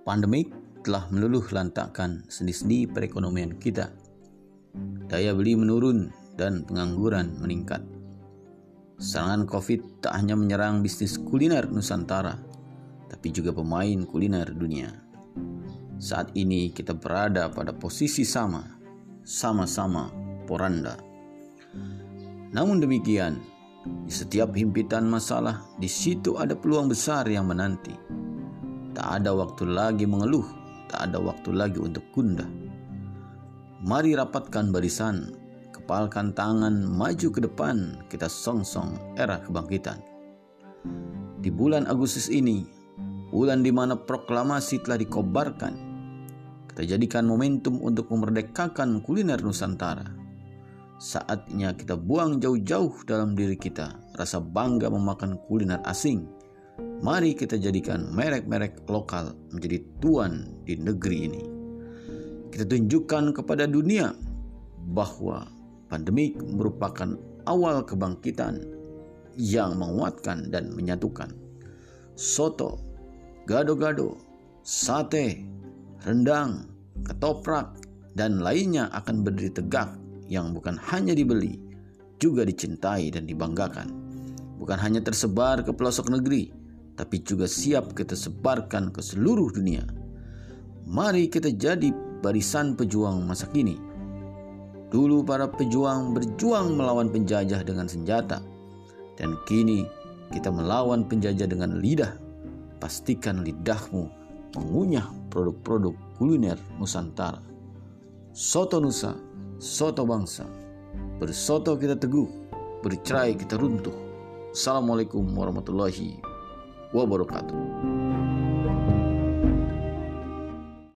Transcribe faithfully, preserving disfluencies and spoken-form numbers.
Pandemik telah meluluh lantakkan sendi-sendi perekonomian kita. Daya beli menurun dan pengangguran meningkat. Serangan COVID tak hanya menyerang bisnis kuliner Nusantara, tapi juga pemain kuliner dunia. Saat ini kita berada pada posisi sama, sama-sama poranda. Namun demikian, di setiap himpitan masalah, di situ ada peluang besar yang menanti. Tak ada waktu lagi mengeluh, tak ada waktu lagi untuk gundah. Mari rapatkan barisan, kepalkan tangan, maju ke depan, kita songsong era kebangkitan. Di bulan Agustus ini, bulan di mana proklamasi telah dikobarkan, kita jadikan momentum untuk memerdekakan kuliner Nusantara. Saatnya kita buang jauh-jauh dalam diri kita rasa bangga memakan kuliner asing. Mari kita jadikan merek-merek lokal menjadi tuan di negeri ini. Kita tunjukkan kepada dunia bahwa pandemik merupakan awal kebangkitan yang menguatkan dan menyatukan. Soto, gado-gado, sate, rendang, ketoprak, dan lainnya akan berdiri tegak yang bukan hanya dibeli, juga dicintai dan dibanggakan. Bukan hanya tersebar ke pelosok negeri, tapi juga siap kita sebarkan ke seluruh dunia. Mari kita jadi barisan pejuang masa kini. Dulu para pejuang berjuang melawan penjajah dengan senjata, dan kini kita melawan penjajah dengan lidah. Pastikan lidahmu mengunyah produk-produk kuliner Nusantara. Soto Nusa, soto bangsa. Bersoto kita teguh, bercerai kita runtuh. Assalamualaikum warahmatullahi wabarakatuh.